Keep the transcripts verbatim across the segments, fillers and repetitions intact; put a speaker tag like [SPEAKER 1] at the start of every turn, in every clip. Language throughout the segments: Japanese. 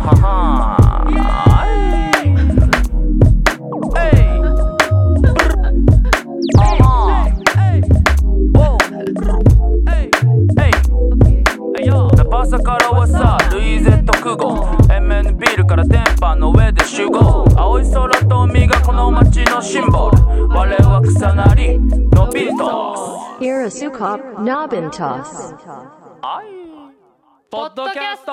[SPEAKER 1] 朝からはさルイゼット空港 エムエヌ ビールから電波の上で集合青い空と海がこの街のシンボル我は草なりのビントス
[SPEAKER 2] Irasukop Nobintos
[SPEAKER 1] ポッドキャスト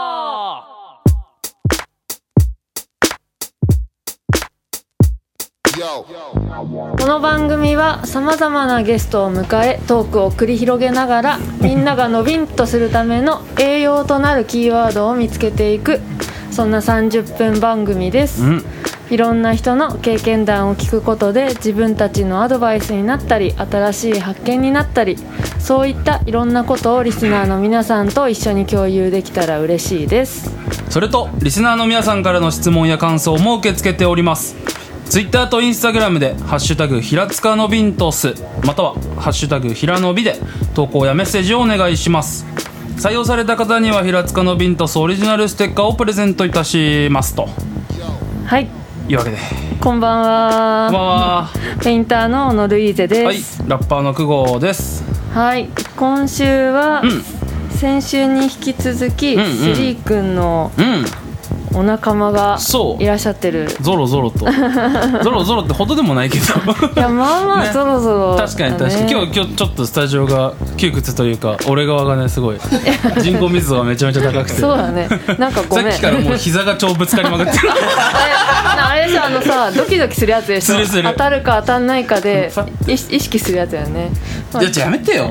[SPEAKER 3] この番組はさまざまなゲストを迎えトークを繰り広げながらみんながのびんとするための栄養となるキーワードを見つけていくそんなさんじゅっぷん番組です、うん、いろんな人の経験談を聞くことで自分たちのアドバイスになったり新しい発見になったりそういったいろんなことをリスナーの皆さんと一緒に共有できたら嬉しいです。
[SPEAKER 4] それとリスナーの皆さんからの質問や感想も受け付けております。ツイッターとインスタグラムでハッシュタグひらつかのびんとすまたはハッシュタグひらのびで投稿やメッセージをお願いします。採用された方にはひらつかのびんとすオリジナルステッカーをプレゼントいたしますと
[SPEAKER 3] はい
[SPEAKER 4] いうわけで
[SPEAKER 3] こんばんは。
[SPEAKER 4] こんばんは。
[SPEAKER 3] ペインターの小野ルイーゼです。
[SPEAKER 4] はい、ラッパーの久保です。
[SPEAKER 3] はい、今週は、
[SPEAKER 4] うん、
[SPEAKER 3] 先週に引き続き、
[SPEAKER 4] うんうん、
[SPEAKER 3] スリー君の、うんお仲間がいらっしゃってる。
[SPEAKER 4] ゾロゾロとゾロゾロってほどでもないけど
[SPEAKER 3] いやまあまあ、ね、ゾロゾロ、ね、
[SPEAKER 4] 確かに確かに今日今日ちょっとスタジオが窮屈というか俺側がねすごい人口密度がめちゃめちゃ高くて
[SPEAKER 3] そうだねなんかごめん
[SPEAKER 4] さっきからもう膝が超ぶつかりまくってる
[SPEAKER 3] あれさあのさドキドキするやつでしょ。
[SPEAKER 4] するする
[SPEAKER 3] 当たるか当たんないかで意識するやつだよね。
[SPEAKER 4] いやじゃあやめてよ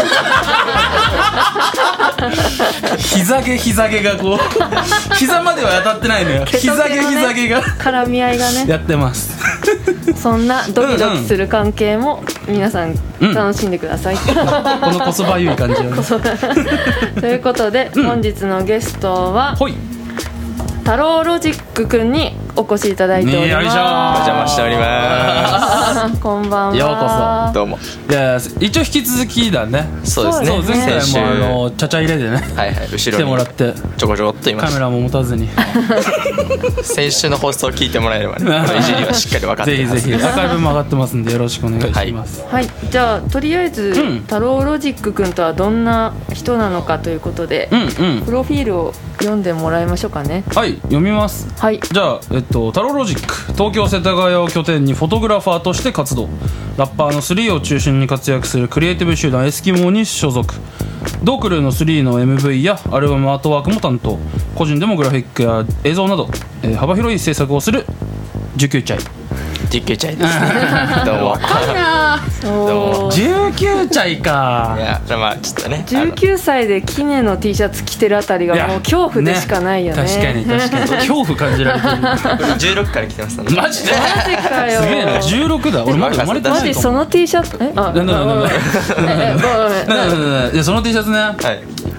[SPEAKER 4] 膝毛膝毛がこう膝までは当たってないのよ。膝毛膝毛が
[SPEAKER 3] 絡み合いがね
[SPEAKER 4] やってます
[SPEAKER 3] そんなドキドキする関係も皆さん楽しんでください、うん、
[SPEAKER 4] このこそばゆい感じを、ね、
[SPEAKER 3] ということで、うん、本日のゲストは太郎ロジックくんにお越しいただいております。
[SPEAKER 4] お邪魔しております
[SPEAKER 3] こんばんは。
[SPEAKER 4] ようこそ。
[SPEAKER 5] どうも。
[SPEAKER 4] いや一応引き続きだね。
[SPEAKER 5] そうですね。
[SPEAKER 4] そう前回もあのちゃちゃ入れでね、
[SPEAKER 5] はいはい、後ろに
[SPEAKER 4] 来てもらって
[SPEAKER 5] ちょこちょこっといました。
[SPEAKER 4] カメラも持たずに
[SPEAKER 5] 先週の放送を聞いてもらえればねいじりはしっかり分かってるはずです。
[SPEAKER 4] ぜひぜひアーカイブも上がってますんでよろしくお願いします。
[SPEAKER 3] はい、はい、じゃあとりあえず、うん、太郎ロジックくんとはどんな人なのかということで、うんうん、プロフィールを読んでもらいましょうかね。
[SPEAKER 4] はい読みます。
[SPEAKER 3] はい。
[SPEAKER 4] じゃあえっと太郎ロジック東京世田谷を拠点にフォトグラファーとして活動。ラッパーのスリーを中心に活躍するクリエイティブ集団エスキモーに所属。同クルーのスリーの エムブイ やアルバムアートワークも担当。個人でもグラフィックや映像など、えー、幅広い制作をするじゅうきゅうちゃい
[SPEAKER 5] じゅうきゅうちゃいですねどうも
[SPEAKER 3] 若いな
[SPEAKER 4] どうもじゅうきゅうちゃいか。
[SPEAKER 5] いやまあちょっとね
[SPEAKER 3] じゅうきゅうさいでキネの T シャツ着てるあたりがもう恐怖でしかないよね。
[SPEAKER 4] 確かに確かに恐怖感じられてる
[SPEAKER 5] じゅうろくから着てますね。
[SPEAKER 4] マジで
[SPEAKER 3] マジかよ。
[SPEAKER 4] すげえなじゅうろくだ。俺まだ生まれてないと思う。
[SPEAKER 3] マジその T シャツえあ
[SPEAKER 4] なんだなんだなんだいやその T シャツね、はい、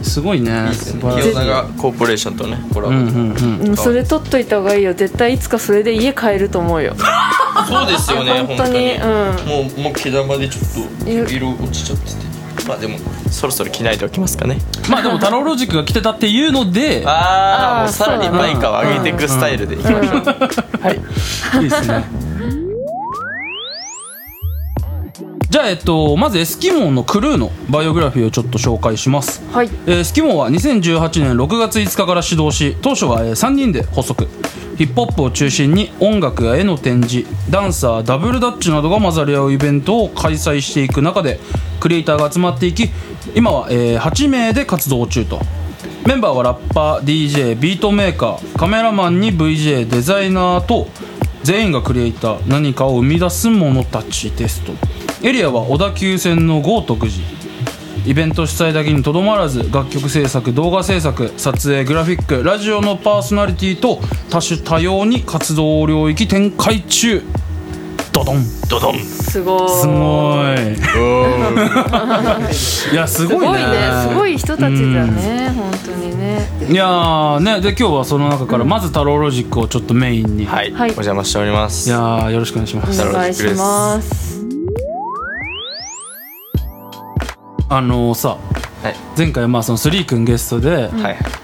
[SPEAKER 4] すごいね。
[SPEAKER 5] 清永コーポレーションとねコラボ、うん
[SPEAKER 3] うんうん、それ取っといた方がいいよ。絶対いつかそれで家買えると思うよ
[SPEAKER 5] そうですよね
[SPEAKER 3] 本当に、うん、
[SPEAKER 5] もうもう毛玉でちょっと色落ちちゃっててまあでもそろそろ着ないでおきますかね。
[SPEAKER 4] まあでも太郎ロジックが着てたっていうので
[SPEAKER 5] ああもうさらに倍価を上げていくスタイルでいきましょう、うんうん、はい
[SPEAKER 4] いいですねじゃあ、えっと、まずエスキモーのクルーのバイオグラフィーをちょっと紹介します、はいえー、エスキモーはにせんじゅうはちねんろくがついつかから始動し当初は、えー、さんにんで発足。ヒップホップを中心に音楽や絵の展示ダンサーダブルダッチなどが混ざり合うイベントを開催していく中でクリエイターが集まっていき今は、えー、はちめいで活動中と。メンバーはラッパー ディージェー ビートメーカーカメラマンに ブイジェー デザイナーと全員がクリエイター何かを生み出す者たちですと。エリアは小田急線の豪徳寺。イベント主催だけにとどまらず楽曲制作動画制作撮影グラフィックラジオのパーソナリティと多種多様に活動領域展開中。ドドンドドン
[SPEAKER 3] すごい
[SPEAKER 4] すごいいやすごいね
[SPEAKER 3] すごい人たちだね、うん、本当にね。
[SPEAKER 4] いやーねで今日はその中からまず太郎ロジックをちょっとメインに、
[SPEAKER 5] はい、はい、お邪魔しております。
[SPEAKER 4] いやーよろしくお願いします。
[SPEAKER 3] お願いします。
[SPEAKER 4] あのー、さ、はい、前回まあそのスリー君ゲストで、はい、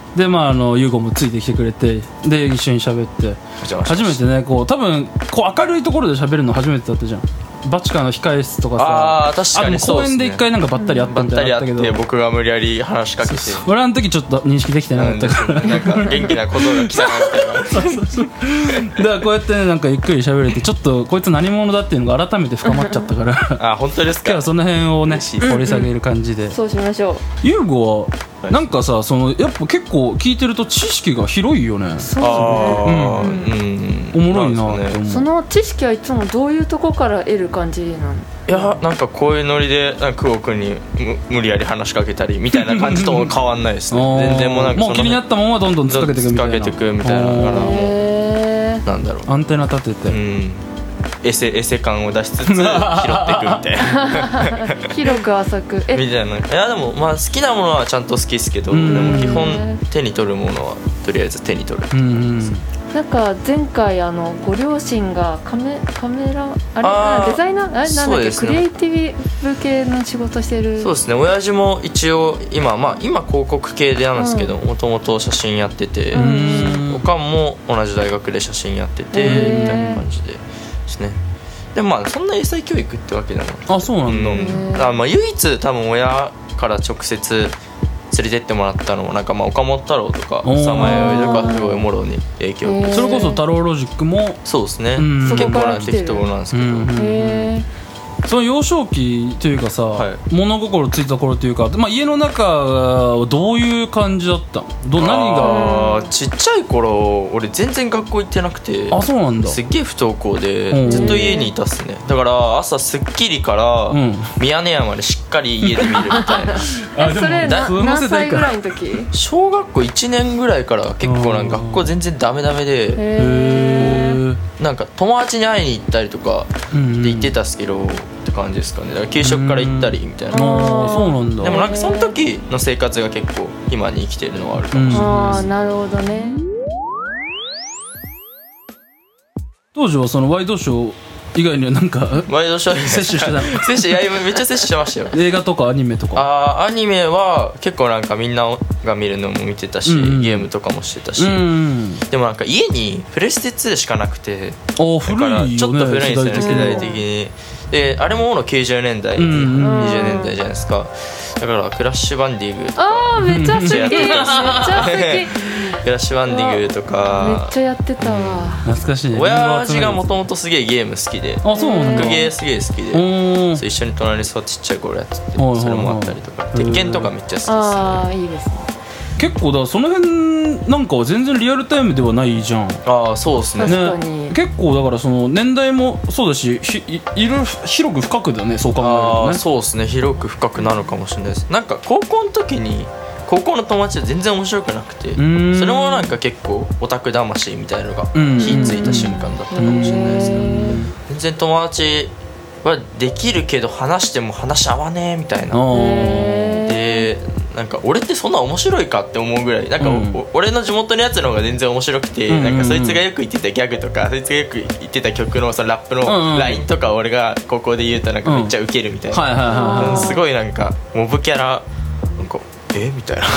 [SPEAKER 4] でまああのユーゴもついてきてくれて、で一緒に喋って初めてね、こう多分こう明るいところで喋るの初めてだったじゃん。バチカの控え室とかさ、
[SPEAKER 5] あー確かにそうですね。
[SPEAKER 4] 公園で一回なんかばったり会ったみたいなのあったけど、
[SPEAKER 5] ばったり会って僕が無理やり話しかけて、
[SPEAKER 4] 俺あの時ちょっと認識できてなかったから、
[SPEAKER 5] なんか元気な小僧が来たなみたいな。そうそうそう。
[SPEAKER 4] だからこうやってねなんかゆっくり喋れて、ちょっとこいつ何者だっていうのが改めて深まっちゃったから
[SPEAKER 5] あ、本当ですか。
[SPEAKER 4] 今日はその辺をね掘り下げる感じで、
[SPEAKER 3] そうしましょう。
[SPEAKER 4] ユーゴはなんかさ、そのやっぱ結構聞いてると知識が広いよね。
[SPEAKER 3] そうですね。
[SPEAKER 5] あー、うん、
[SPEAKER 4] おもろいなって思う。
[SPEAKER 3] その知識はいつもどういうとこから得る感じなの？
[SPEAKER 5] いやなんかこういうノリでなんか久保君に無無理やり話しかけたりみたいな感じとも変わんないですね。全然もうなんかその
[SPEAKER 4] もう気になったもんはどんどん突っかけていくみたいな。
[SPEAKER 5] 突っかけてくみたいなのから
[SPEAKER 3] へー、
[SPEAKER 5] なんだろう、
[SPEAKER 4] アンテナ立てて、
[SPEAKER 5] うん、エセエセ感を出しつつ拾っていくみたいな
[SPEAKER 3] 広く浅くえ
[SPEAKER 5] みたいな。いやでもまあ好きなものはちゃんと好きですけど、で
[SPEAKER 4] うん
[SPEAKER 5] も基本手に取るものはとりあえず手に取る。
[SPEAKER 4] うんうん
[SPEAKER 3] なんか前回あのご両親がカメカメラあれ
[SPEAKER 5] あー
[SPEAKER 3] デザイナーあれなんだっけ、
[SPEAKER 5] そうですね
[SPEAKER 3] クリエイティブ系の仕事してる。
[SPEAKER 5] そうですね。親父も一応今まあ今広告系でなんですけど、もともと写真やってて、
[SPEAKER 3] うん
[SPEAKER 5] おかんも同じ大学で写真やってて
[SPEAKER 3] へー
[SPEAKER 5] みたいな感じでですね。でもまあそんな英才教育ってわけじゃない。
[SPEAKER 4] あ、そうなんだ、
[SPEAKER 5] うん、あまあ唯一多分親から直接連れてってもらったのもなんかまあ岡本太郎とか
[SPEAKER 4] おー
[SPEAKER 5] 草間彌生とかすごいもろに影響を受けて、
[SPEAKER 4] それこそ太郎ロジックも、
[SPEAKER 5] そうですね、
[SPEAKER 4] うん
[SPEAKER 5] 結構
[SPEAKER 3] そこから
[SPEAKER 5] な適当なんですけど、
[SPEAKER 4] うんうん
[SPEAKER 3] へ
[SPEAKER 4] その幼少期というかさ、
[SPEAKER 5] はい
[SPEAKER 4] 物心ついた頃というか、まあ、家の中はどういう感じだったの？ど何が
[SPEAKER 5] あーちっちゃい頃俺全然学校行ってなくて、
[SPEAKER 4] あ、そうなんだ。
[SPEAKER 5] すっげえ不登校で
[SPEAKER 4] うん
[SPEAKER 5] ずっと家にいたっすね。だから朝『スッキリ』から
[SPEAKER 4] うん
[SPEAKER 5] ミヤネ屋までしっかり家で見るみたいな
[SPEAKER 3] えそれな
[SPEAKER 4] その
[SPEAKER 3] 何歳ぐ
[SPEAKER 4] 世代から
[SPEAKER 3] いの時？
[SPEAKER 5] 小学校いちねんぐらいから結構なんか学校全然ダメダメで、
[SPEAKER 3] へ
[SPEAKER 4] へー
[SPEAKER 5] なんか友達に会いに行ったりとかで行ってたっすけどって感じですかね。だから給食から行ったりみたいな。
[SPEAKER 4] ああ、そうなんだ。
[SPEAKER 5] でもなんかその時の生活が結構今に生きてるのはあるかもしれない。
[SPEAKER 3] ああなるほどね。
[SPEAKER 4] 当時はそのワイドショー以外にはなんか
[SPEAKER 5] ワイドショー
[SPEAKER 4] 摂取してたの？
[SPEAKER 5] 摂取いやめっちゃ摂取してましたよ。
[SPEAKER 4] 映画とかアニメとか。
[SPEAKER 5] あーアニメは結構なんかみんなが見るのも見てたし、
[SPEAKER 4] うんうん
[SPEAKER 5] ゲームとかもしてたし、
[SPEAKER 4] うん
[SPEAKER 5] でもなんか家にプレステツーしかなくて、
[SPEAKER 4] あー、
[SPEAKER 5] だから
[SPEAKER 4] 古いよね、
[SPEAKER 5] ちょっと古いんですよね、世代
[SPEAKER 4] 世代的
[SPEAKER 5] 的に。であれもものきゅうじゅうねんだい、
[SPEAKER 4] うんうん
[SPEAKER 5] にじゅうねんだいじゃないですか。だからクラッシュバンディングとか
[SPEAKER 3] ああめっちゃ好きめっち
[SPEAKER 5] うん
[SPEAKER 3] ゃ好き
[SPEAKER 5] クラッシュバンディングと
[SPEAKER 3] め
[SPEAKER 5] か
[SPEAKER 3] っちゃやってたわ。
[SPEAKER 4] 懐かしいね。
[SPEAKER 5] 親父がも
[SPEAKER 4] も
[SPEAKER 5] ともとすげえゲーム好きで、
[SPEAKER 4] あ、そうなんだ。
[SPEAKER 5] 格ゲーすげえ好きで、
[SPEAKER 4] おー
[SPEAKER 5] そう一緒に隣に座ってちっちゃい頃やってて、
[SPEAKER 4] はいはいはい
[SPEAKER 5] それもあったりとか、鉄拳とかめっちゃ好きです。
[SPEAKER 3] ああいいですね。
[SPEAKER 4] 結構だからその辺なんかは全然リアルタイムではないじゃん。
[SPEAKER 5] ああそうですね。
[SPEAKER 3] 確かに
[SPEAKER 4] ね、結構だからその年代もそうだし、ひいいろいろ広く深くだね、そう考える
[SPEAKER 5] あ
[SPEAKER 4] とね。
[SPEAKER 5] あそうですね、広く深くなるかもしれないです。なんか高校の時に高校の友達は全然面白くなくて、そ
[SPEAKER 4] ん
[SPEAKER 5] れもなんか結構オタク魂みたいなのが
[SPEAKER 4] うん
[SPEAKER 5] 火ついた瞬間だったかもしれないですけど、
[SPEAKER 3] へ
[SPEAKER 5] 全然友達はできるけど話しても話合わねえみたいな。
[SPEAKER 4] あー
[SPEAKER 3] へ
[SPEAKER 5] でなんか俺ってそんな面白いかって思うぐらいなんか、
[SPEAKER 4] うん
[SPEAKER 5] お俺の地元のやつの方が全然面白くて、
[SPEAKER 4] うんうんうん
[SPEAKER 5] なんかそいつがよく言ってたギャグとかそいつがよく言ってた曲のそのラップ
[SPEAKER 4] うんうん
[SPEAKER 5] のラインとか俺が高校で言うとなんかめっちゃウケるみたいな、
[SPEAKER 4] はいはいはいはい
[SPEAKER 5] うんすごいなんかモブキャラなんかえみたいな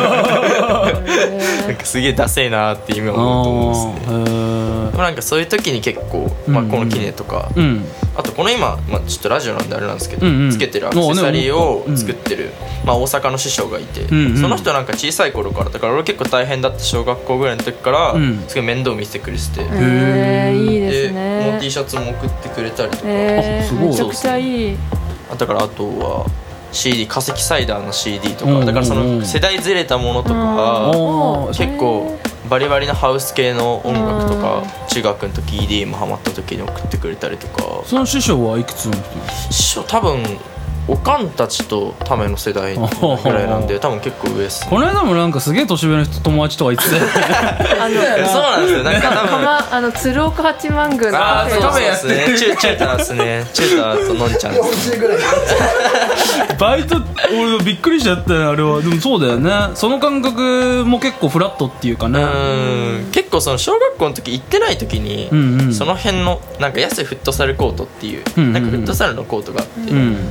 [SPEAKER 5] なんかすげえダセえなって今思うと思うんですね。
[SPEAKER 4] あーへー
[SPEAKER 5] でもなんかそういう時に結構、まあ、このキネとか、
[SPEAKER 4] うん
[SPEAKER 5] あとこの今、まあ、ちょっとラジオなんであれなんですけど、
[SPEAKER 4] うんうん
[SPEAKER 5] つけてるアクセサリーを作ってる、まあ、大阪の師匠がいて、
[SPEAKER 4] んうん
[SPEAKER 5] その人なんか小さい頃からだから俺結構大変だった小学校ぐらいの時から、
[SPEAKER 4] うん
[SPEAKER 5] すごい面倒見せてくれてて、
[SPEAKER 3] えー、いいです
[SPEAKER 5] この
[SPEAKER 3] ね
[SPEAKER 5] T シャツも送ってくれたりとか、
[SPEAKER 3] えー、
[SPEAKER 4] あすごい
[SPEAKER 3] めちゃくちゃいい。
[SPEAKER 5] あだからあとは シーディー 化石サイダーの シーディー と
[SPEAKER 4] うんうんうん
[SPEAKER 5] かだからその世代ずれたものとか
[SPEAKER 4] おー
[SPEAKER 5] 結構バリバリのハウス系の音楽とか中学の時 イーディーエム ハマった時に送ってくれたりとか、
[SPEAKER 4] その師匠はいくつの人？
[SPEAKER 5] 師匠多分おかんたちとための世代ぐらいなんで多分結構上ですね。
[SPEAKER 4] この間もなんかすげえ年上の人友達とか言ってて
[SPEAKER 3] あの
[SPEAKER 5] そうなんですよ。なんか多
[SPEAKER 3] か
[SPEAKER 5] 分
[SPEAKER 3] まあの鶴岡八幡宮のカ
[SPEAKER 5] ああそう
[SPEAKER 3] フェの
[SPEAKER 5] ですね。チュチューターですね。チューターとのんちゃんですね。
[SPEAKER 4] バイト俺びっくりしちゃったよあれは。でもそうだよね、その感覚も結構フラットっていうかね。
[SPEAKER 5] うん結構その小学校の時行ってない時に、
[SPEAKER 4] うんうん
[SPEAKER 5] その辺のなんか安いフットサルコートっていう、
[SPEAKER 4] うんうんうん
[SPEAKER 5] なんかフットサルのコートがあって、
[SPEAKER 4] うん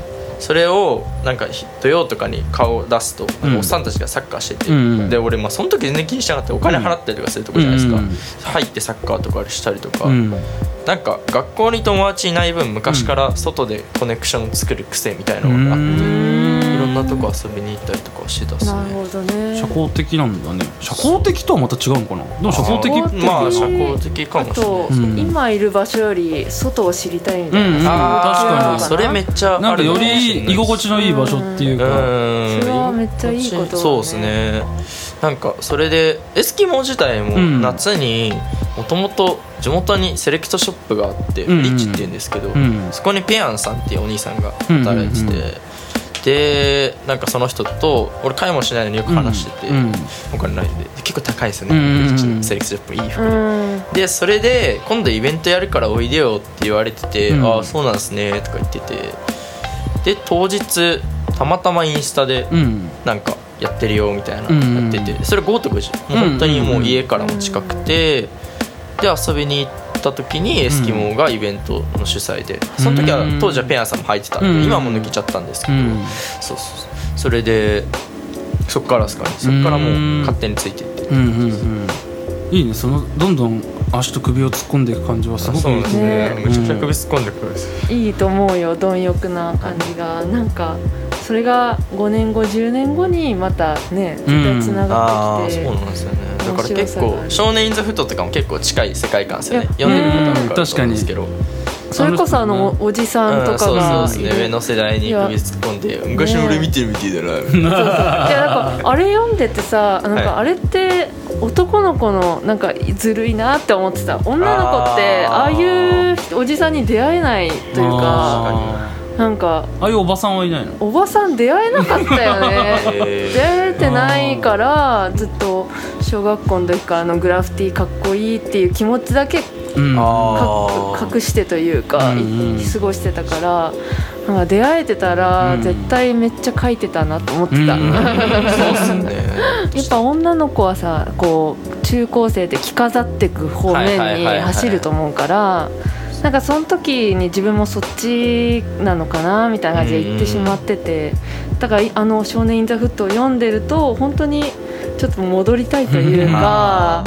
[SPEAKER 5] それをなんか土曜とかに顔を出すと、うん、おっさんたちがサッカーしてて、うん、で俺まあその時全然気にしなかったお金払ったりとかするとこじゃないですか、うん、入ってサッカーとかしたりとか、うん、なんか学校に友達いない分昔から外でコネクションを作る癖みたいなのがあって、うん、いろんなとこ遊びに行ったりとかしてたっすね。
[SPEAKER 3] なるほどね。
[SPEAKER 4] 社交的なんだね。社交的とはまた違うのかな。でも社交的って
[SPEAKER 5] まあ社交的かもしれない。あと、
[SPEAKER 3] うん、今いる場所より外を知りたいみたいな、うんうん、
[SPEAKER 5] あ確かにそれめっちゃ
[SPEAKER 4] なんかより居心地のいい場所っていうか、
[SPEAKER 3] うん、それはめっちゃいいことだね。
[SPEAKER 5] そうですね。なんかそれでエスキモ自体も夏にもともと地元にセレクトショップがあって、うん、リッチっていうんですけど、うん、そこにペアンさんっていうお兄さんが働いてて、うんうんうん、でなんかその人と俺買いもしないのによく話してて、うん、お金ないんで結構高いですよね、うん、リッチのセレクトショップいい服、うん、でそれで今度イベントやるからおいでよって言われてて、うん、ああそうなんですねとか言ってて、で当日たまたまインスタでなんかやってるよみたいなやってて、それ豪徳寺もう本当にもう家からも近くて、で遊びに行った時にエスキモがイベントの主催で、その時は当時はペアンさんも入ってたんで今も抜けちゃったんですけど、そうそうそれでそっからですかね、そっからもう勝手についていって、うんうんうん、
[SPEAKER 4] いいね。そのどんどん足と首を突っ込んでいく感じはすごくいいですね。
[SPEAKER 5] めちゃくちゃ首突っ込んでくるです、
[SPEAKER 3] うん、いいと思うよ。貪欲な感じがなんかそれがごねんごじゅうねんごにまたね絶対つながってきて、
[SPEAKER 5] うん、あそうなんですよね。だから結構少年インザフットとかも結構近い世界観ですよね。読んでる方も分かると思うんですけど、
[SPEAKER 3] それこそあのおじさんとかが、
[SPEAKER 5] うん、そうそうですね、上の世代に首突っ込んで昔の俺見てるみたいだな、ね、そうそう。いや
[SPEAKER 3] なんかあれ読んでてさ、なんかあれって男の子のなんかずるいなって思ってた。女の子ってああいうおじさんに出会えないというか、なんか
[SPEAKER 4] ああいうおばさんはいないの？
[SPEAKER 3] おばさん出会えなかったよね出会えてないからずっと小学校の時からのグラフィティかっこいいっていう気持ちだけ、うん、隠してというか、うんうん、過ごしてたから、なんか出会えてたら絶対めっちゃ描いてたなと思ってた、うんうん、そうですねやっぱ女の子はさこう中高生で着飾っていく方面に走ると思うから、なんかその時に自分もそっちなのかなみたいな感じで言ってしまってて、だからあの少年インザフットを読んでると本当にちょっと戻りたいというか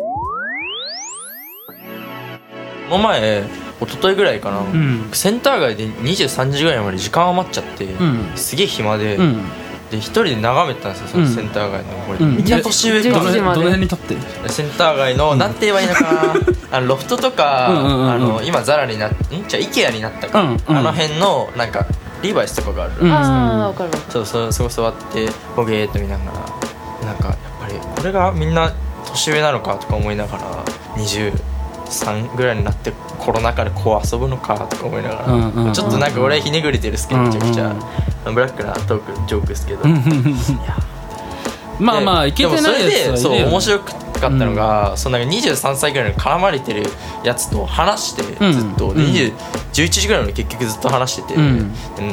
[SPEAKER 5] この前一昨日ぐらいかな、うん、センター街でにじゅうさんじぐらいまで時間余っちゃって、うん、すげえ暇で、うん、で一人で眺めてたんですよ、そのセンター街のこれ、うん、めっちゃ年上か、
[SPEAKER 4] どの辺に立って
[SPEAKER 5] センター街の、うん、なんて言えばいいのかなあのロフトとか、うんうんうん、あの今ザラになっんじゃあ IKEA になったか、うんうん、あの辺のなんかリバイスとかがあるんですよ、うん、
[SPEAKER 3] あ分かる分かる。
[SPEAKER 5] そうそうそこ座ってボゲーっと見ながら、なんかやっぱりこれがみんな年上なのかとか思いながら、にじゅうさんぐらいになってコロナ禍でこう遊ぶのかとか思いながら、うんうんうん、ちょっとなんか俺はひねくれてるですけど、めちゃくちゃ、うんうん、ブラックなトークジョークですけどいや
[SPEAKER 4] まあまあいけてないやつは
[SPEAKER 5] そう面白かったのが、うん、そのなんかにじゅうさんさいぐらいの絡まれてるやつと話してずっと、うん、にじゅう、じゅういちじぐらいまで結局ずっと話してて、うん、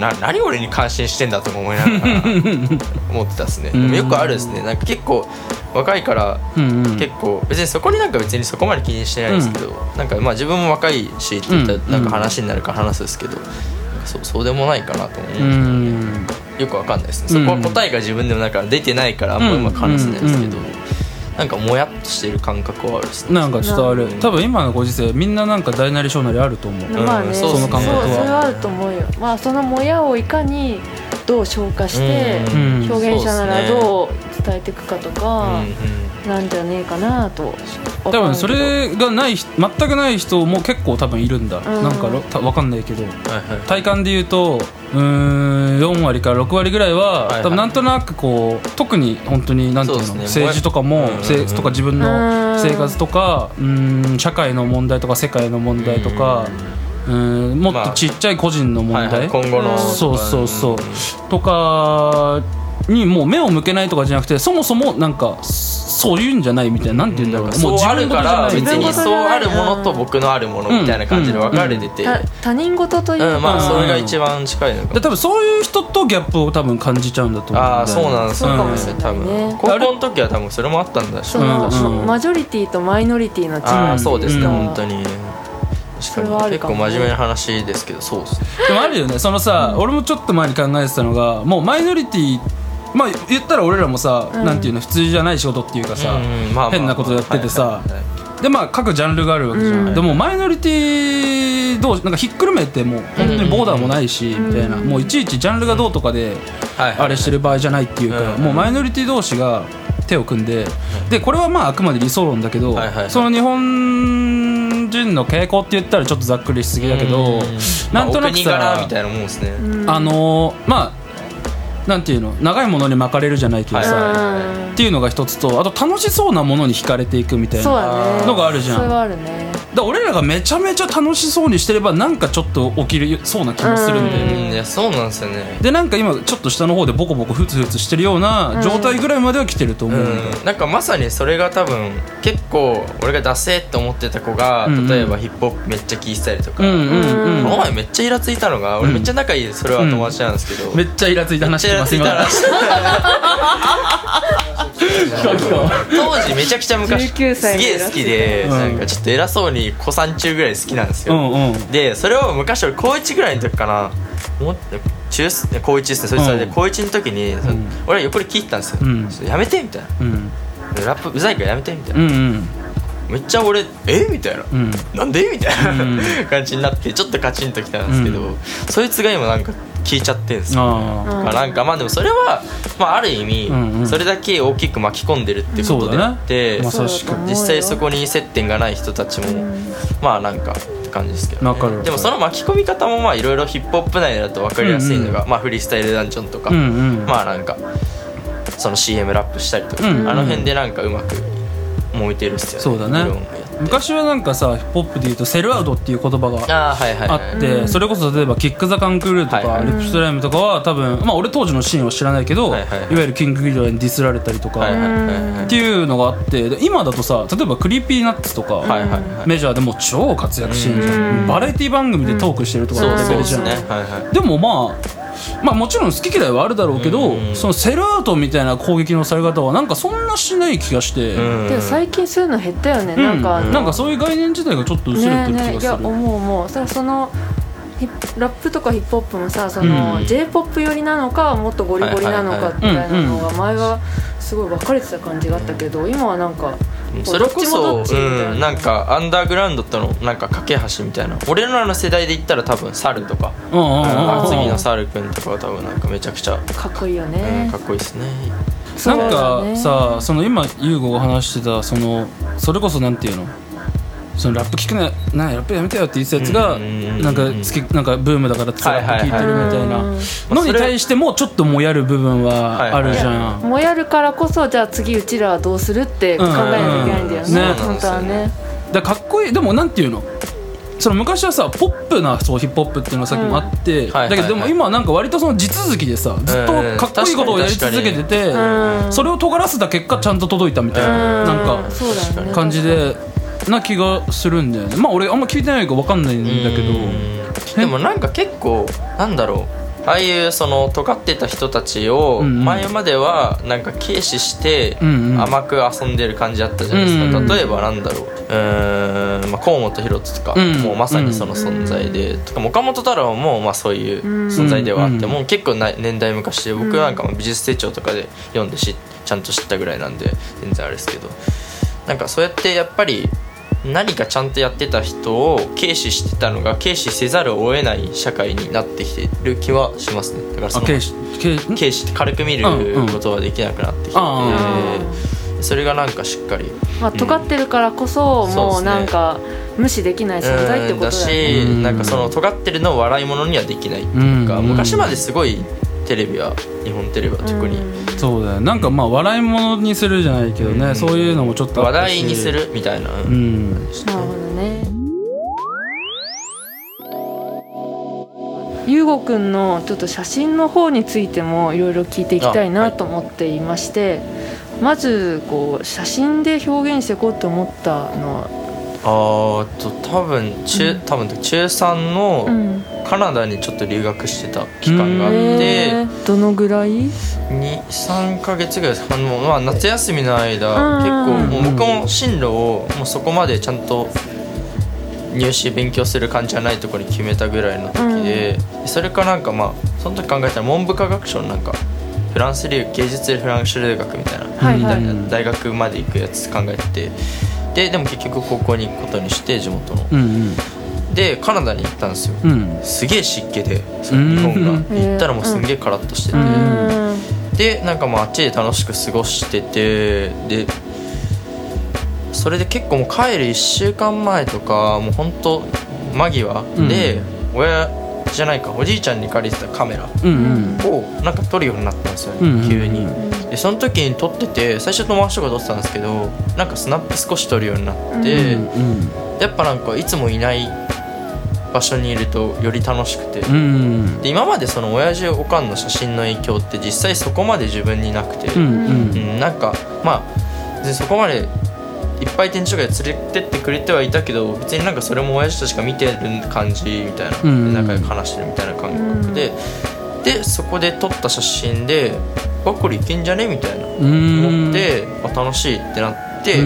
[SPEAKER 5] な何俺に感心してんだとか思いながら思ってたっすね。でもよくあるですね、なんか結構若いから、うんうん、結構別にそこになんか別にそこまで気にしてないんですけど、うん、なんかまあ自分も若いしって言ったらなんか話になるから話すんですけど、そうそうでもないかなと思うんですけど、ね、よくわかんないですね。そこは答えが自分でもなんか出てないからあんまうまく話せないですけど、なんかもやっとしてる感覚はあるですね。
[SPEAKER 4] なんか伝わる。多分今のご時世みんななんか大なり小なりあると思う、
[SPEAKER 3] まあね、
[SPEAKER 4] その感覚は
[SPEAKER 3] そう、それはあると思うよ。まあそのもやをいかにどう消化して表現者ならどう伝えていくかとかなんじゃねえかなと。
[SPEAKER 4] 多分それがない全くない人も結構多分いるんだ、うん、なんか分かんないけど、はいはい、体感で言うとうーんよんわりからろくわりぐらいは、はいはい、多分なんとなくこう特に本当になんていうの、ね、政治とかも、うんうんうん、とか自分の生活とかうーん社会の問題とか世界の問題とか、うん、うんもっとちっちゃい個人の問題、まあはいはい、
[SPEAKER 5] 今後の
[SPEAKER 4] そうそうそう、うん、とかにもう目を向けないとかじゃなくて、そもそもなんかそういうんじゃないみたいな、なんていうんだろう、うん、
[SPEAKER 5] もうそうあるから別にそうあるものと僕のあるものみたいな感じで分かれてて、うんうんうん、
[SPEAKER 3] 他人事というか、
[SPEAKER 5] うん、まあそれが一番近いのか
[SPEAKER 4] で、多分そういう人とギャップを多分感じちゃうんだと思うんだよね。
[SPEAKER 5] ああそうなんですね、多分高校の時は多分それもあったんだし、
[SPEAKER 3] うんうん、マジョリティとマイノリティの違い、
[SPEAKER 5] ああそうですね、うん、本当に確かに結構真面目な話ですけど、そうですね。
[SPEAKER 4] でもあるよね、そのさ、うん、俺もちょっと前に考えてたのが、もうマイノリティ、まあ言ったら俺らもさ、うん、なんていうの、普通じゃない仕事っていうかさ、うんまあまあ、変なことやっててさ、はいはいはい、でまあ各ジャンルがあるわけじゃん、うん、でもマイノリティ同士なんかひっくるめてもう本当にボーダーもないし、うん、みたいな、もういちいちジャンルがどうとかであれしてる場合じゃないっていうか、もうマイノリティ同士が手を組んで、でこれはまああくまで理想論だけど、はいはいはい、その日本人の傾向って言ったらちょっとざっくりしすぎだけど、なんとなくさ、
[SPEAKER 5] まあ、お国柄みたいなもんですね。
[SPEAKER 4] あのまあなんていうの、長いものに巻かれるじゃないけどさ、はい、っていうのが一つと、あと楽しそうなものに惹かれていくみたいなのがあるじゃん。
[SPEAKER 3] それはあるね。
[SPEAKER 4] だ俺らがめちゃめちゃ楽しそうにしてればなんかちょっと起きるそうな気もするんだよね。
[SPEAKER 5] いやそうなんですよね。
[SPEAKER 4] でなんか今ちょっと下の方でボコボコフツフツしてるような状態ぐらいまでは来てると思う、うん
[SPEAKER 5] うん、なんかまさにそれが多分結構俺がダセーって思ってた子が、うんうん、例えばヒップホップめっちゃ聴いてたりとか、うんうんうん、この前めっちゃイラついたのが、俺めっちゃ仲いい、それは友達なんですけど、
[SPEAKER 4] うん、めっちゃイラついた話してます今
[SPEAKER 5] 当時めちゃくちゃ昔すげえ好きで、うん、なんかちょっと偉そうに子さん中ぐらい好きなんですよ、うんうん、でそれを昔俺高いちぐらいの時かな、も中高いちですね、そいつらで高いちの時に、うん、俺は横で聞いてたんですよ、うん、やめてみたいな、うん、ラップうざいからやめてみたいな、うんうん、めっちゃ俺えみたいな、うん、なんでみたいな、うん、感じになってちょっとカチンときたんですけど、うん、そいつが今なんか聞いちゃってんすよ。あなんかまあでもそれは、まあ、ある意味それだけ大きく巻き込んでるってことであって、まあ、実際そこに接点がない人たちも、うん、まあなんかって感じですけど、ね、でもその巻き込み方もまあいろいろヒップホップ内だと分かりやすいのが、うんうんまあ、フリースタイルダンジョンとか、うんうん、まあなんかその シーエム ラップしたりとか、うんうん、あの辺でなんかうまく燃えてるっすよね。
[SPEAKER 4] そうだね。昔はなんかさヒップホップでいうとセルアウトっていう言葉があって、はいはいはい、それこそ例えばキック・ザ・カンクルーとか、はいはい、リップストライムとかは多分、まあ、俺当時のシーンは知らないけど、はいはいはい、いわゆるキング・ギドラにディスられたりとか、はいはいはいはい、っていうのがあって、で今だとさ例えばクリーピーナッツとか、はいはいはい、メジャーでもう超活躍してるじゃん、バラエティ番組でトークしてるとかのレベルじゃん、ねはいはい、でもまあまあもちろん好き嫌いはあるだろうけど、うんうん、そのセルアウトみたいな攻撃のされ方はなんかそんなしない気がして、
[SPEAKER 3] うん、でも最近そういうの減ったよね、うん、なんか
[SPEAKER 4] なんかそういう概念自体がちょっと薄れてる気がする、ねね、いや
[SPEAKER 3] 思う思う。そのラップとかヒップホップもさその、うん、J-ポップ 寄りなのかもっとゴリゴリなのかみたいなのが前はすごい分かれてた感じがあったけど、今はなんか
[SPEAKER 5] それこそ、うん、なんかアンダーグラウンドとのなんか架け橋みたいな、俺らの世代で言ったら多分サルとか、うんうんうん、次のサルくんとかは多分なんかめちゃくちゃ
[SPEAKER 3] かっこいいよね、
[SPEAKER 5] うん、かっこいいですね。
[SPEAKER 4] なんかさその今ユーゴが話してたそのそれこそなんていうのそのラップ聞くななラップやめてよって言ってたやつが、うんうんうん、なんか好きなんかブームだからってラップ聞いてるみたいなのに対してもちょっともやる部分はあるじゃん、はいはい、
[SPEAKER 3] もやるからこそじゃあ次うちらはどうするって考えなきゃいけないんだよね、うんうん、ね本当はね。
[SPEAKER 4] だからかっこいい。でもなんていうのその昔はさポップなそうヒップホップっていうのがさっきもあって、うん、だけどでも今はなんか割とその地続きでさずっとかっこいいことをやり続けてて、うん、それを尖らせた結果ちゃんと届いたみたいな、うん、なんか感じでな気がするんだよね。まあ俺あんま聞いてないから分かんないんだけど、
[SPEAKER 5] でもなんか結構なんだろうああいうその尖ってた人たちを前まではなんか軽視して甘く遊んでる感じだったじゃないですか、うんうん、例えばなんだろううーん、まあ、河本大翔とか、うん、もうまさにその存在で、うん、とか岡本太郎もまあそういう存在ではあって、うん、もう結構な年代昔で僕なんかも美術手帳とかで読んでしちゃんと知ったぐらいなんで全然あれですけど、なんかそうやってやっぱり何かちゃんとやってた人を軽視してたのが軽視せざるを得ない社会になってきてる気はしますね。だからその軽視軽視って軽く見ることはできなくなってきて、うんうん、それがなんかしっかり、
[SPEAKER 3] まあ、尖ってるからこそ、うん、もうなんか無視できない存在ってことだよね、
[SPEAKER 5] うん、だしなんかその尖ってるのを笑い物にはできないっていうか、うん、昔まですごいテレビは日本テレビは特に、
[SPEAKER 4] うん、そうだよ。なんかまあ笑い物にするじゃないけどね、うん、そういうのもちょっと
[SPEAKER 5] 話題にするみたいな、うん、
[SPEAKER 3] なるほどね。ゆうごくんのちょっと写真の方についてもいろいろ聞いていきたいなと思っていまして、はい、まずこう写真で表現していこうと思ったのは
[SPEAKER 5] あーと多分中、うん、多分中さんのカナダにちょっと留学してた期間があって、
[SPEAKER 3] どのぐらい に
[SPEAKER 5] さんかげつぐらいですか。もう、まあ、夏休みの間結構もう僕も進路をもうそこまでちゃんと入試勉強する感じじゃないところに決めたぐらいの時で、うん、それかなんかまあその時考えたら文部科学省のなんかフランス留芸術フランス留学みたいな、はいはい、大学まで行くやつ考えてて、ででも結局高校に行くことにして地元の、うんうん、でカナダに行ったんですよ、うん、すげえ湿気でその日本が、うん、行ったらもうすんげえカラッとしてて、うん、でなんかまああっちで楽しく過ごしてて、でそれで結構もう帰るいっしゅうかんまえとかもうほんと間際で、うん、親じゃないかおじいちゃんに借りてたカメラをなんか撮るようになったんですよね、うんうん、急に。でその時に撮ってて、最初友達とか撮ってたんですけど、なんかスナップ少し撮るようになって、うんうん、やっぱなんかいつもいない場所にいるとより楽しくて、うんうん、で今までその親父おかんの写真の影響って実際そこまで自分になくて、うんうんうん、なんかまあそこまでいっぱい展示とかで連れてってくれてはいたけど、別になんかそれも親父としか見てる感じみたいな、うん、仲良く話してるみたいな感覚で、うん、でそこで撮った写真であこれいけんじゃねみたいな思ってあ楽しいってなって、うん、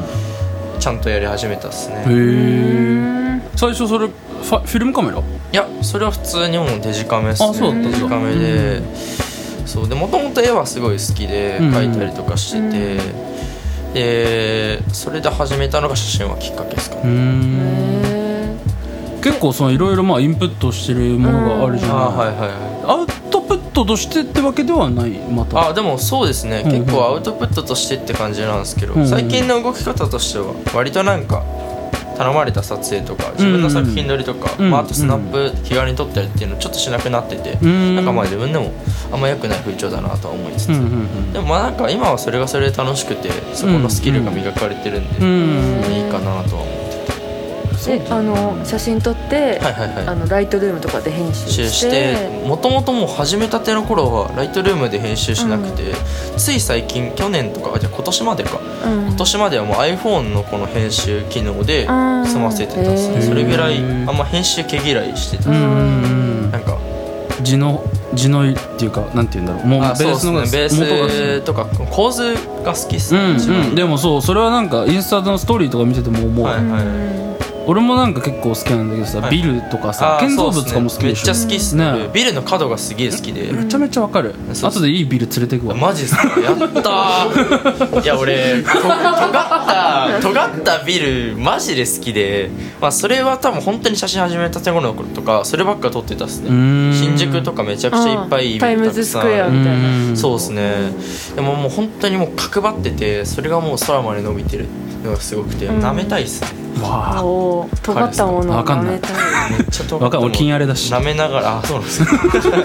[SPEAKER 5] ちゃんとやり始めたっすね。へ
[SPEAKER 4] ー、最初それファフィルムカメラ？い
[SPEAKER 5] やそれは普通にもうデジカメっすね。あ、そうだった。デジカメで、うん、そうでもともと絵はすごい好きで描いたりとかしてて、うんでそれで始めたのが写真はきっかけですかね。うーん、
[SPEAKER 4] 結構そのいろいろまあインプットしてるものがあるじゃない。あ、はいはいはい、アウトプットとしてってわけではない。また
[SPEAKER 5] あでもそうですね、うんうん、結構アウトプットとしてって感じなんですけど、うんうん、最近の動き方としては割となんか頼まれた撮影とか自分の作品撮りとか、うんうんまあ、あとスナップ気軽に撮ったりっていうのをちょっとしなくなってて、うん、なんかまあ自分でもあんま良くない風潮だなとは思いつつ、うんうんうん、でもまあなんか今はそれがそれで楽しくてそこのスキルが磨かれてるんで、うんうん、いいかなとは思ってて。
[SPEAKER 3] であの写真撮って、はいはいはい、あのライトルームとかで編集して
[SPEAKER 5] もともともう始めたての頃はライトルームで編集しなくて、うん、つい最近去年とかじゃ今年までか、うん、今年まではもう iPhone のこの編集機能で済ませてたっすね、うん、それぐらいあんま編集毛嫌いしてた、うん、なんか
[SPEAKER 4] 地の地のっていうかなんていうんだろう、もうベースの
[SPEAKER 5] が、ね、ベースとか構図が好きっすね、
[SPEAKER 4] うんうん、でもそうそれはなんかインスタのストーリーとか見てても思う、はいはい、俺もなんか結構好きなんだけどさ、はい、ビルとかさ建造物とかも好きでしょ。
[SPEAKER 5] めっちゃ好きっすね、ビルの角がすげえ好きで
[SPEAKER 4] めちゃめちゃわかる。後でいいビル連れてくわ。
[SPEAKER 5] マジっすか。やったーいや俺と尖った尖ったビルマジで好きで、まあ、それは多分本当に写真始めたて頃の頃とかそればっか撮ってたっすね。新宿とかめちゃくちゃいっぱいいいビルたくさん、
[SPEAKER 3] タイムズスクエアみたいな。
[SPEAKER 5] そうっすね。でももう本当にもう角張っててそれがもう空まで伸びてるのがすごくて舐めたいっすね。
[SPEAKER 3] わあ、尖ったものを舐めたい。
[SPEAKER 5] めっちゃ尖ったもの。
[SPEAKER 4] 俺金あれだし。
[SPEAKER 5] 舐めながら、あ、そうなんですか。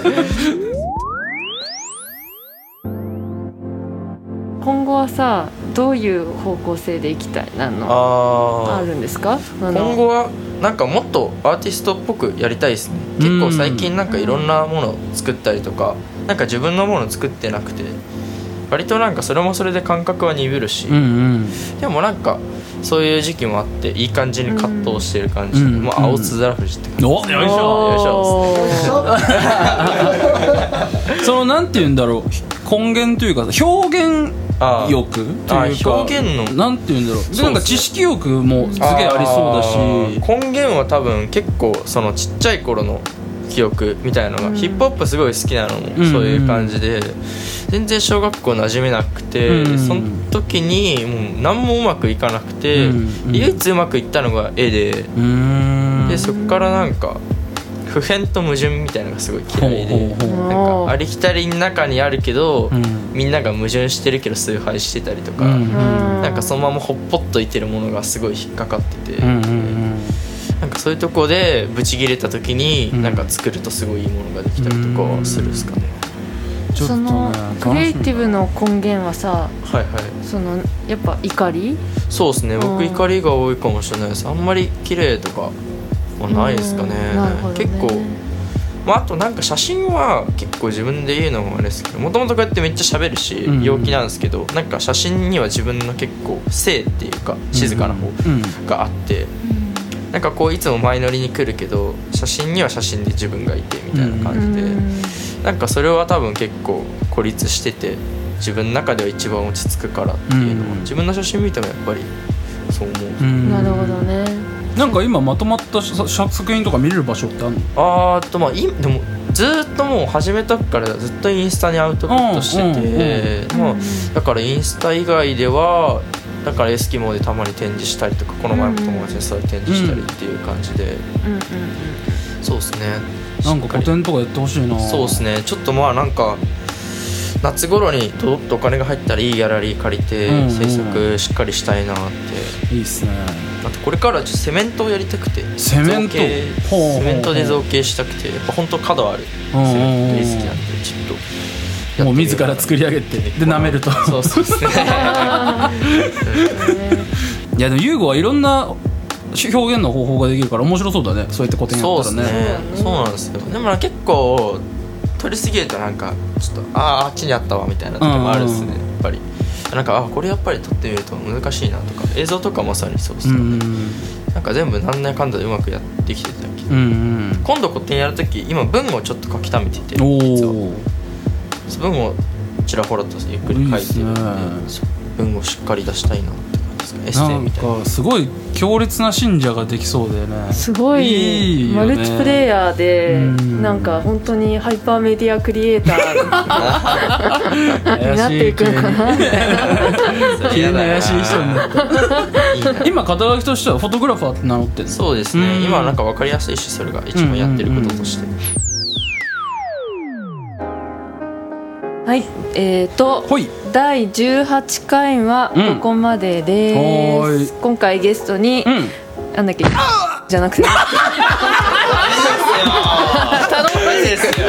[SPEAKER 3] 今後はさ、どういう方向性でいきたいなのあ, あるんですか？
[SPEAKER 5] 今後はなんかもっとアーティストっぽくやりたいですね。結構最近なんかいろんなものを作ったりとか、なんか自分のものを作ってなくて、割となんかそれもそれで感覚は鈍るし、うんうん、でもなんかそういう時期もあっていい感じに葛藤してる感じで、うん、もう青つづら富士って感じ。お、よいしょよいしょ
[SPEAKER 4] そのなんていうんだろう、根源というか表現欲というか、
[SPEAKER 5] 表現の
[SPEAKER 4] なんていうんだろう、でなんか知識欲もすげえありそうだし、
[SPEAKER 5] 根源は多分結構そのちっちゃい頃の記憶みたいなのが、うん、ヒップホップすごい好きなのもそういう感じで、うんうん、全然小学校馴染めなくて、うんうん、その時にもう何もうまくいかなくて、うんうん、唯一うまくいったのが絵で、うん、でそこからなんか普遍と矛盾みたいなのがすごい嫌いで、なんかありきたりの中にあるけど、うん、みんなが矛盾してるけど崇拝してたりとか、うんうん、なんかそのままほっぽっといてるものがすごい引っかかってて、うんうんうん、なんかそういうとこでブチ切れた時になんか作るとすごいいいものができたりとかするんですかね。
[SPEAKER 3] うん、そのクリエイティブの根源はさ、はいはい、そのやっぱ怒り？
[SPEAKER 5] そうですね、僕怒りが多いかもしれないです。あんまり綺麗とかはないですかね。ね、結構、まあ、あとなんか写真は結構自分で言うのもあれですけど、もともとこうやってめっちゃ喋るし、うん、陽気なんですけど、なんか写真には自分の結構静っていうか静かな方があって、うんうん、なんかこういつも前乗りに来るけど写真には写真で自分がいてみたいな感じで、うん、なんかそれは多分結構孤立してて自分の中では一番落ち着くからっていうのは、うん、自分の写真見てもやっぱりそう思う。
[SPEAKER 3] うん、なるほどね。
[SPEAKER 4] なんか今まとまった作品とか見れる場所ってあるの？
[SPEAKER 5] あーとまあいでもずっともう始めたからずっとインスタにアウトプットしてて、もうだからインスタ以外ではだからエスキモーでたまに展示したりとか、この前も友達にそれ展示したりっていう感じで、うんうんうん、そうですね。
[SPEAKER 4] なんか個展とかやってほしいな。
[SPEAKER 5] そうですね。ちょっとまあなんか夏頃にドドッとお金が入ったらいいギャラリー借りて制作しっかりしたいなって。
[SPEAKER 4] いいっすね。
[SPEAKER 5] あとこれからちょっとセメントをやりたくて、
[SPEAKER 4] セメント
[SPEAKER 5] セメントで造形したくて、やっぱ本当角あるセメント大好きなんで、ちょっと
[SPEAKER 4] もう自ら作り上げてで舐めると。
[SPEAKER 5] そうそうですね。
[SPEAKER 4] いやでもユーゴはいろんな表現の方法ができるから面白そうだね。そうやって古典やったらね。
[SPEAKER 5] そうですね。そうなんですよ。でも結構取りすぎるとなんかちょっとあああっちにあったわみたいな時もあるんですね、やっぱり。なんかあこれやっぱり撮ってみると難しいなとか、映像とかまさにそうですよね。なんか全部なんだかんだでうまくやってきてたけど、うんうん、今度古典やるとき今文をちょっと書き溜めてて、実は文をちらほらとゆっくり書いてるんで、文をしっかり出したいなって感じですかね。エッセイみたいな。なんか
[SPEAKER 4] すごい強烈な信者ができそうだよね。
[SPEAKER 3] すごい、いいマルチプレイヤーで、うん、なんか本当にハイパーメディアクリエイターになっていくのかなみたいな。
[SPEAKER 4] 急に怪しい人になった。今肩書きとしてはフォトグラファーって名乗ってるの？
[SPEAKER 5] そうですね、うん、今はなんか分かりやすいし、それが一番やってることとして、うんうんうん、
[SPEAKER 3] はい、えーとだいじゅうはちかいはここまでです、うん、今回ゲストに、うん、なんだっけじゃなくて頼むですよ。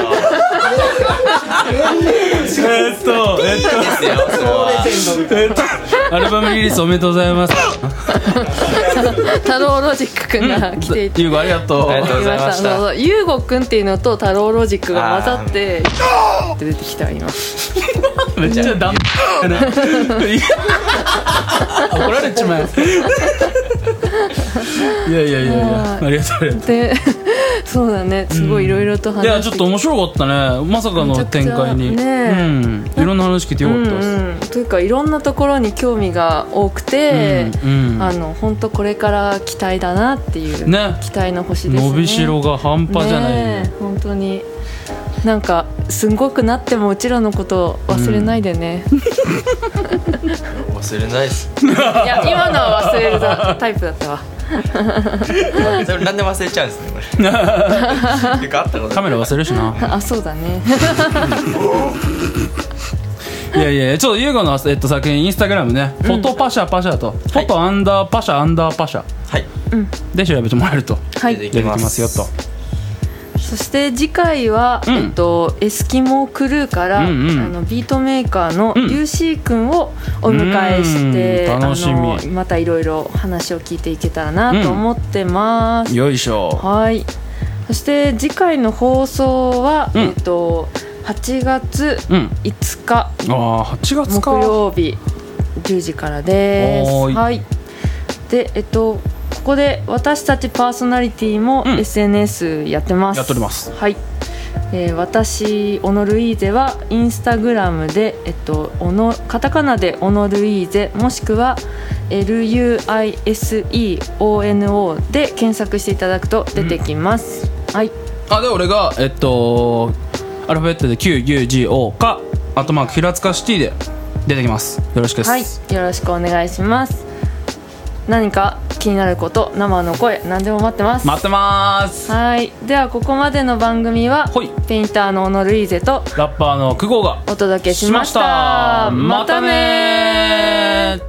[SPEAKER 4] えっとえっとアルバムリリースおめでとうございます。
[SPEAKER 3] 太郎ロジックくんが来ていて、
[SPEAKER 4] ユーゴありがとう。
[SPEAKER 5] ありがとうございました。
[SPEAKER 3] ユーゴくんっていうのと太郎ロジックが混ざってって出てきた今。
[SPEAKER 4] めっちゃダメ怒られちまう。いやいやいやいや、ありがとうありがとう。
[SPEAKER 3] でそうだね、すごいいろいろと話して、うん、い
[SPEAKER 4] やちょっと面白かったね。まさかの展開にね、うん、いろんな話聞いてよかったです、うんうん、
[SPEAKER 3] というかいろんなところに興味が多くて、うんうん、あの本当これから期待だなっていう、ね、期待の星ですね。
[SPEAKER 4] 伸びしろが半端じゃないね。
[SPEAKER 3] ね、本当になんかすんごくなってもうちらのこと忘れないでね、うん、
[SPEAKER 5] 忘れないっす。
[SPEAKER 3] いや今のは忘れるタイプだったわ。
[SPEAKER 5] それなんで忘れちゃうんですねこれ。結構あったこと
[SPEAKER 4] カメラ忘れるしな。
[SPEAKER 3] あ、そうだね。
[SPEAKER 4] いやいやちょっとユーゴの、えっと、作品インスタグラムね、うん、フォトパシャパシャと、はい、フォトアンダーパシャアンダーパシャ、はい、で調べてもらえると、
[SPEAKER 3] はい、
[SPEAKER 4] 出てきますよと。
[SPEAKER 3] そして次回は、うん、えっと、エスキモークルーから、うんうん、あのビートメーカーの ユーシー 君をお迎えして、うん、楽しみ。あのまたいろいろ話を聞いていけたらなと思ってます、
[SPEAKER 4] うん、よいしょ。
[SPEAKER 3] はい。そして次回の放送は、うん、えっとはちがついつか、
[SPEAKER 4] うん、あはちがつか
[SPEAKER 3] 木曜日じゅうじからです。はい。でえっとここで私たちパーソナリティも エスエヌエス やってます、
[SPEAKER 4] うん、やっております。
[SPEAKER 3] はい、えー、私オノルイーゼはインスタグラムで、えっと、オノカタカナでオノルイーゼもしくは エルユーアイエスイーオーエヌオー で検索していただくと出てきます、うん、はい。
[SPEAKER 4] あで俺がえっとアルファベットで キューユージーオー かあとマーク平塚シティで出てきます。よろしくです。
[SPEAKER 3] はい、よろしくお願いします。何か気になること、生の声何でも待ってます。
[SPEAKER 4] 待ってます。
[SPEAKER 3] はい。ではここまでの番組はペインターのオノルイーゼと
[SPEAKER 4] ラッパーの久保が
[SPEAKER 3] お届けしました。
[SPEAKER 4] またねー。